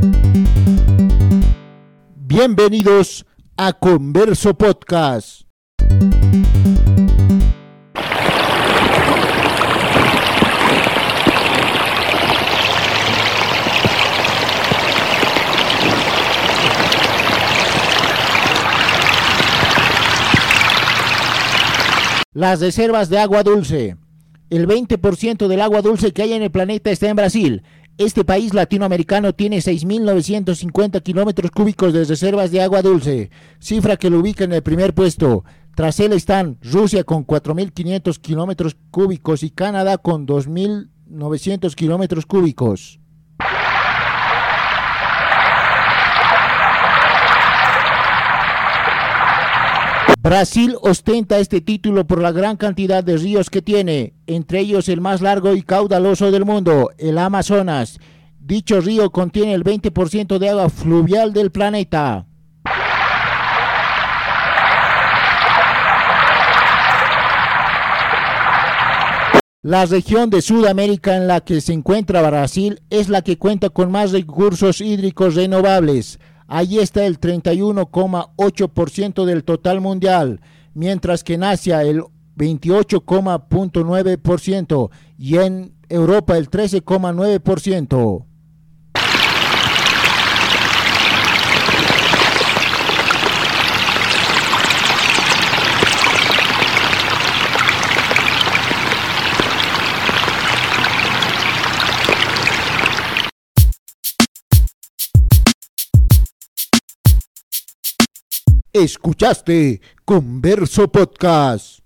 Bienvenidos a Converso Podcast. Las reservas de agua dulce. El 20% del agua dulce que hay en el planeta está en Brasil. Este país latinoamericano tiene 6.950 kilómetros cúbicos de reservas de agua dulce, cifra que lo ubica en el primer puesto. Tras él están Rusia con 4.500 kilómetros cúbicos y Canadá con 2.900 kilómetros cúbicos. Brasil ostenta este título por la gran cantidad de ríos que tiene, entre ellos el más largo y caudaloso del mundo, el Amazonas. Dicho río contiene el 20% de agua fluvial del planeta. La región de Sudamérica en la que se encuentra Brasil es la que cuenta con más recursos hídricos renovables. Allí está el 31,8% del total mundial, mientras que en Asia el 28,9% y en Europa el 13,9%. Escuchaste Converso Podcast.